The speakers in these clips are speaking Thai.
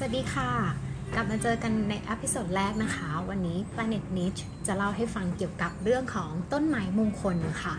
วัสดีค่ะกลับมาเจอกันในเอพิโซดแรกนะคะวันนี้ Planet Niche จะเล่าให้ฟังเกี่ยวกับเรื่องของต้นไม้มงคลค่ะ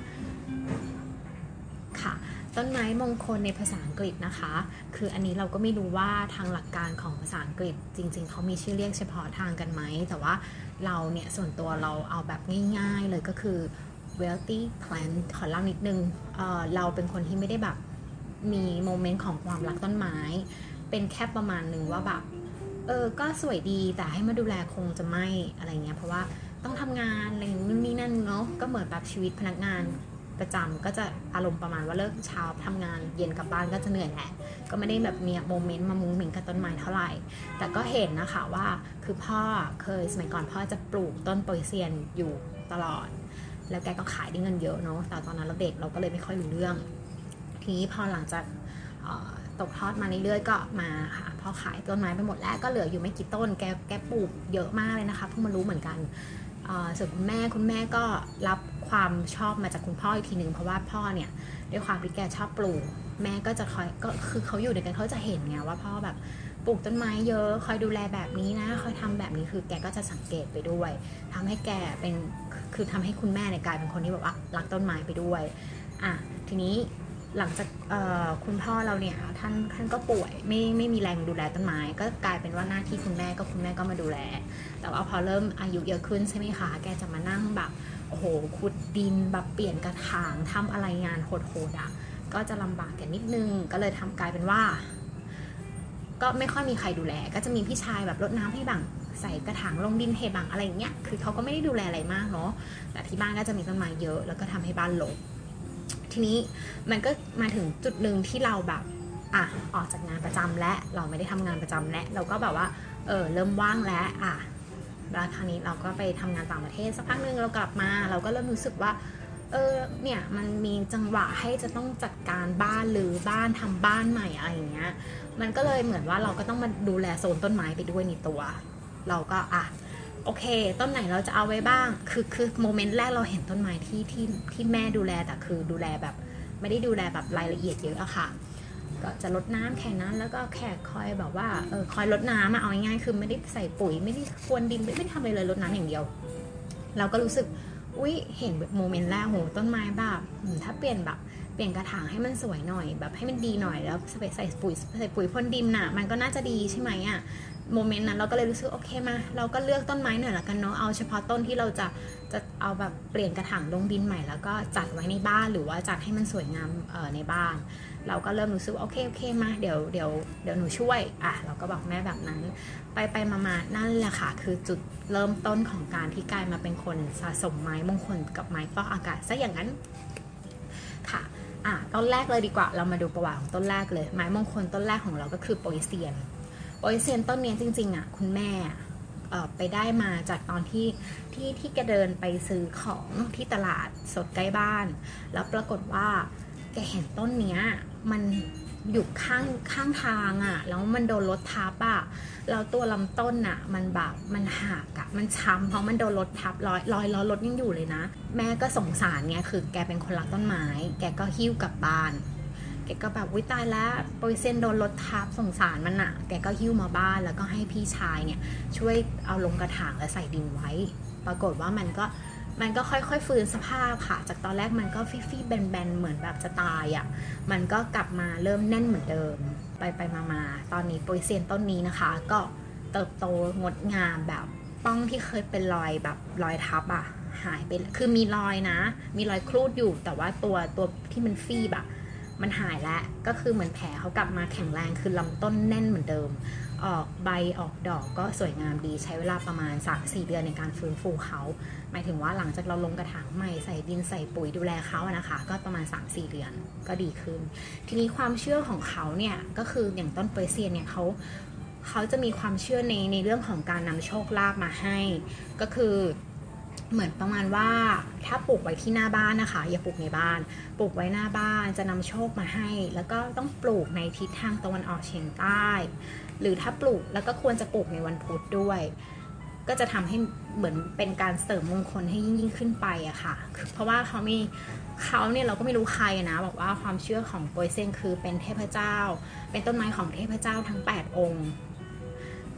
ต้นไม้มงคลในภาษาอังกฤษนะคะคืออันนี้เราก็ไม่รู้ว่าทางหลักการของภาษาอังกฤษจริงๆเขามีชื่อเรียกเฉพาะทางกันไหมแต่ว่าเราเนี่ยส่วนตัวเราเอาแบบง่ายๆเลยก็คือ wealthy plant ขอเล่านิดนึงเราเป็นคนที่ไม่ได้แบบมีโมเมนต์ของความรักต้นไม้เป็นแค่ประมาณนึงว่าแบบก็สวยดีแต่ให้มาดูแลคงจะไม่อะไรเงี้ยเพราะว่าต้องทำงานอะไรนู่นนี่นั่นเนาะก็เหมือนแบบชีวิตพนักงานประจำก็จะอารมณ์ประมาณว่าเลิกเช้าทำงานเย็นกลับบ้านก็จะเหนื่อยแหละก็ไม่ได้แบบมีโมเมนต์มามุ้งมิ้งกับต้นไม้เท่าไหร่แต่ก็เห็นนะคะว่าคือพ่อเคยสมัยก่อนพ่อจะปลูกต้นโปยเซียนอยู่ตลอดแล้วแกก็ขายได้เงินเยอะเนาะแต่ตอนนั้นเราเด็กเราก็เลยไม่ค่อยรู้เรื่องทีนี้พอหลังจากตกทอดมาเรื่อยๆก็มาค่ะพอขายต้นไม้ไปหมดแล้วก็เหลืออยู่ไม่กี่ต้นแกปลูกเยอะมากเลยนะคะเพิ่งมารู้เหมือนกันส่วนคุณแม่ก็รับความชอบมาจากคุณพ่ออีกทีหนึ่งเพราะว่าพ่อเนี่ยด้วยความที่แกชอบปลูกแม่ก็จะคอยก็คือเขาอยู่ด้วยกันเขาจะเห็นไงว่าพ่อแบบปลูกต้นไม้เยอะคอยดูแลแบบนี้นะคอยทำแบบนี้คือแกก็จะสังเกตไปด้วยทำให้แกเป็นคือทำให้คุณแม่เนี่ยกลายเป็นคนที่แบบว่ารักต้นไม้ไปด้วยทีนี้หลังจากคุณพ่อเราเนี่ยท่านก็ป่วยไม่มีแรงดูแลต้นไม้ก็กลายเป็นว่าหน้าที่คุณแม่ก็มาดูแลแต่ว่าพอเริ่มอายุเยอะขึ้นใช่ไหมคะแกจะมานั่งแบบโอ้โหขุดดินแบบเปลี่ยนกระถางทำอะไรงานโหดๆก็จะลำบากแกนิดนึงก็เลยกลายเป็นว่าก็ไม่ค่อยมีใครดูแลก็จะมีพี่ชายแบบรดน้ำให้บ้างใส่กระถางลงดินเทบ้างอะไรอย่างเงี้ยคือเขาก็ไม่ได้ดูแลอะไรมากเนาะแต่ที่บ้านก็จะมีต้นไม้เยอะแล้วก็ทำให้บ้านรกทีนี้มันก็มาถึงจุดหนึ่งที่เราแบบออกจากงานประจำและเราไม่ได้ทำงานประจำและเราก็แบบว่าเริ่มว่างแล้วแล้วคราวนี้เราก็ไปทำงานต่างประเทศสักพักนึงเรากลับมาเราก็เริ่มรู้สึกว่าเนี่ยมันมีจังหวะให้จะต้องจัดการบ้านหรือบ้านทำบ้านใหม่อะไรอย่างเงี้ยมันก็เลยเหมือนว่าเราก็ต้องมาดูแลโซนต้นไม้ไปด้วยในตัวเราก็โอเคต้นไหนเราจะเอาไว้บ้างคือโมเมนต์แรกเราเห็นต้นไม้ที่แม่ดูแลแต่คือดูแลแบบไม่ได้ดูแลแบบรายละเอียดเยอะอะค่ะก็จะรดน้ำแค่นั้นแล้วก็แค่คอยแบบว่าคอยรดน้ำเอาง่ายๆคือไม่ได้ใส่ปุ๋ยไม่ได้พรวนดินไม่ได้ทำอะไรเลยรดน้ำอย่างเดียวเราก็รู้สึกเห็นแบบโมเมนต์แรกโหต้นไม้แบบถ้าเปลี่ยนกระถางให้มันสวยหน่อยแบบให้มันดีหน่อยแล้วใส่ปุ๋ยพ่นดินน่ะมันก็น่าจะดีใช่ไหมโมเมนต์นั้นเราก็เลยรู้สึกโอเคมาเราก็เลือกต้นไม้หน่อยละกันเนาะเอาเฉพาะต้นที่เราจะเอาแบบเปลี่ยนกระถางลงดินใหม่แล้วก็จัดไว้ในบ้านหรือว่าจัดให้มันสวยงามในบ้านเราก็เริ่มรู้สึกโอเคมาเดี๋ยวหนูช่วยเราก็บอกแม่แบบนั้นไปมานั่นแหละค่ะคือจุดเริ่มต้นของการที่กลายมาเป็นคนสะสมไม้มงคลกับไม้ฟอกอากาศซะอย่างนั้นค่ะต้นแรกเลยดีกว่าเรามาดูประวัติของต้นแรกเลยไม้มงคลต้นแรกของเราก็คือโปยเซียนต้นนี้จริงๆคุณแม่ไปได้มาจากตอนที่แกเดินไปซื้อของที่ตลาดสดใกล้บ้านแล้วปรากฏว่าแกเห็นต้นเนี้ยมันอยู่ข้างทางแล้วมันโดนรถทับแล้วตัวลำต้นมันแบบมันหักมันช้ำเพราะมันโดนรถทับรอยล้อรถยังอยู่เลยนะแม่ก็สงสารไงคือแกเป็นคนรักต้นไม้แกก็หิ้วกลับบ้านแกก็แบบวิตายแล้วโปยเซียนโดนรถทับสงสารมันแกก็หิ้วมาบ้านแล้วก็ให้พี่ชายเนี่ยช่วยเอาลงกระถางและใส่ดินไว้ปรากฏว่ามันก็ค่อยๆฟื้นสภาพค่ะจากตอนแรกมันก็ฟี่ๆแบนๆเหมือนแบบจะตายมันก็กลับมาเริ่มแน่นเหมือนเดิมไปมาตอนนี้โปยเซียนต้นนี้นะคะก็เติบโตงดงามแบบป้องที่เคยเป็นรอยแบบรอยทับหายไปคือมีรอยนะมีรอยครูดอยู่แต่ว่าตัวที่มันฟี่มันหายแล้วก็คือเหมือนแผลเขากลับมาแข็งแรงคือลำต้นแน่นเหมือนเดิมออกใบออกดอกก็สวยงามดีใช้เวลาประมาณ 3-4 เดือนในการฟื้นฟูเขาหมายถึงว่าหลังจากเราลงกระถางใหม่ใส่ดินใส่ปุ๋ยดูแลเขานะคะก็ประมาณ 3-4 เดือนก็ดีขึ้นทีนี้ความเชื่อของเขาเนี่ยก็คืออย่างต้นโปยเซียนเนี่ยเขาจะมีความเชื่อในเรื่องของการนำโชคลาภมาให้ก็คือเหมือนประมาณว่าถ้าปลูกไว้ที่หน้าบ้านนะคะอย่าปลูกในบ้านปลูกไว้หน้าบ้านจะนำโชคมาให้แล้วก็ต้องปลูกในทิศทางตะวันออกเฉียงใต้หรือถ้าปลูกแล้วก็ควรจะปลูกในวันพุธด้วยก็จะทำให้เหมือนเป็นการเสริมมงคลให้ยิ่งขึ้นไปค่ะเพราะว่าเขาเนี่ยเราก็ไม่รู้ใครนะบอกว่าความเชื่อของโปยเซียนคือเป็นเทพเจ้าเป็นต้นไม้ของเทพเจ้าทั้ง8 องค์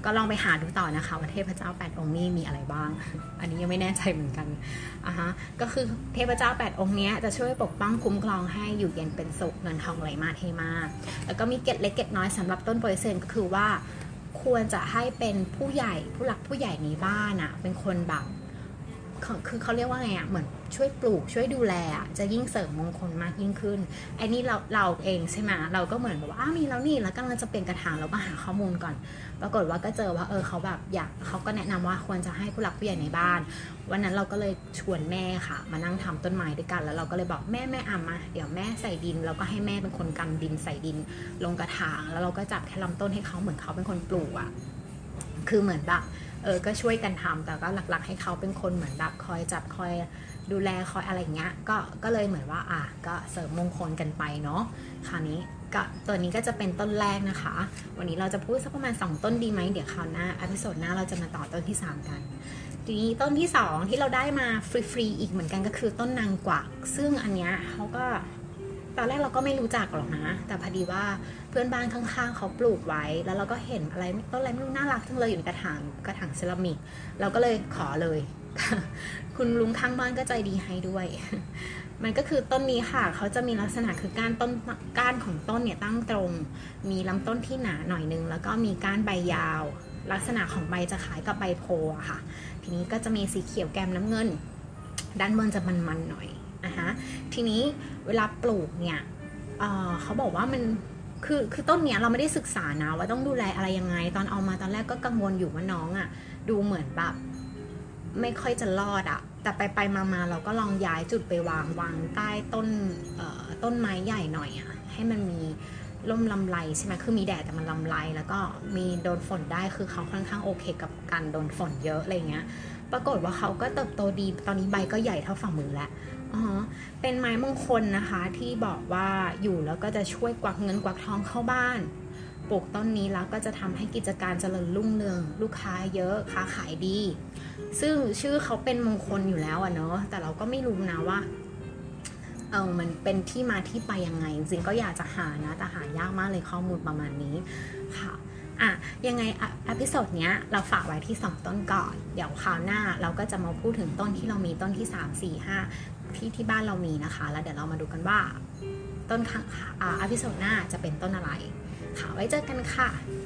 ก็ลองไปหาดูต่อนะคะว่าเทพเจ้า8องค์นี้มีอะไรบ้างอันนี้ยังไม่แน่ใจเหมือนกันก็คือเทพเจ้า8องค์นี้จะช่วยปกป้องคุ้มครองให้อยู่เย็นเป็นสุขเงินทองไหลมาเทมาแล้วก็มีเกร็ดเล็กเกร็ดน้อยสำหรับต้นโพธิ์เซนก็คือว่าควรจะให้เป็นผู้ใหญ่ผู้หลักผู้ใหญ่ในบ้านเป็นคนแบบคือเขาเรียกว่าไงเหมือนช่วยปลูกช่วยดูแลจะยิ่งเสริมมงคลมากยิ่งขึ้นไอ้นี่เราเองใช่ไหมเราก็เหมือนแบบว่ามีแล้วนี่แล้วกำลังจะเปลี่ยนกระถางเราก็หาข้อมูลก่อนปรากฏว่าก็เจอว่าเขาแบบเขาก็แนะนำว่าควรจะให้ผู้หลักผู้ใหญ่ในบ้านวันนั้นเราก็เลยชวนแม่ค่ะมานั่งทำต้นไม้ด้วยกันแล้วเราก็เลยบอกแม่มาเดี๋ยวแม่ใส่ดินแล้วก็ให้แม่เป็นคนกำดินใส่ดินลงกระถางแล้วเราก็จับแค่ลำต้นให้เขาเหมือนเขาเป็นคนปลูกคือเหมือนแบบก็ช่วยกันทำแต่ก็หลักๆให้เขาเป็นคนเหมือนแบบคอยจับคอยดูแลคอยอะไรเงี้ยก็เลยเหมือนว่าก็เสริมมงคลกันไปเนาะคราวนี้ก็ตัวนี้ก็จะเป็นต้นแรกนะคะวันนี้เราจะพูดสักประมาณ2ต้นดีไหมเดี๋ยวคราวหน้าอพิโซดหน้าเราจะมาต่อต้นที่3กันทีนี้ต้นที่2ที่เราได้มาฟรีๆอีกเหมือนกันก็คือต้นนางกวักซึ่งอันเนี้ยเขาก็ตอนแรกเราก็ไม่รู้จักหรอกนะแต่พอดีว่าเพื่อนบ้านข้างๆเขาปลูกไว้แล้วเราก็เห็นอะไรต้นอะไรไม่รู้น่ารักจังเลยอยู่ในกระถางเซรามิกเราก็เลยขอเลย คุณลุงข้างบ้านก็ใจดีให้ด้วย มันก็คือต้นนี้ค่ะเขาจะมีลักษณะคือก้านของต้นเนี่ยตั้งตรงมีลำต้นที่หนาหน่อยนึงแล้วก็มีก้านใบยาวลักษณะของใบจะคล้ายกับใบโพค่ะทีนี้ก็จะมีสีเขียวแกมน้ำเงินด้านบนจะมันๆหน่อยทีนี้เวลาปลูกเนี่ยเขาบอกว่ามันคือต้นเนี้ยเราไม่ได้ศึกษานะว่าต้องดูแลอะไรยังไงตอนเอามาตอนแรกก็กังวลอยู่ว่าน้องดูเหมือนแบบไม่ค่อยจะรอดแต่ไปมาเราก็ลองย้ายจุดไปวางใต้ต้นไม้ใหญ่หน่อยให้มันมีร่มลำไรใช่ไหมคือมีแดดแต่มันลำไรแล้วก็มีโดนฝนได้คือเขาค่อนข้างโอเคกับการโดนฝนเยอะอะไรเงี้ยปรากฏว่าเขาก็เติบโตดีตอนนี้ใบก็ใหญ่เท่าฝ่ามือแล้วเป็นไม้มงคลนะคะที่บอกว่าอยู่แล้วก็จะช่วยกวักเงินกวักทองเข้าบ้านปลูกต้นนี้แล้วก็จะทำให้กิจการเจริญรุ่งเรืองลูกค้าเยอะค้าขายดีซึ่งชื่อเขาเป็นมงคลอยู่แล้วเนอะแต่เราก็ไม่รู้นะว่ามันเป็นที่มาที่ไปยังไงจริงก็อยากจะหานะแต่หายากมากเลยข้อมูลประมาณนี้ค่ะยังไงอพิโซดเนี้ยเราฝากไว้ที่2ต้นก่อนเดี๋ยวคราวหน้าเราก็จะมาพูดถึงต้นที่เรามีต้นที่3 4 5ที่บ้านเรามีนะคะแล้วเดี๋ยวเรามาดูกันว่าต้นอพิโซดหน้าจะเป็นต้นอะไรค่ะไว้เจอกันค่ะ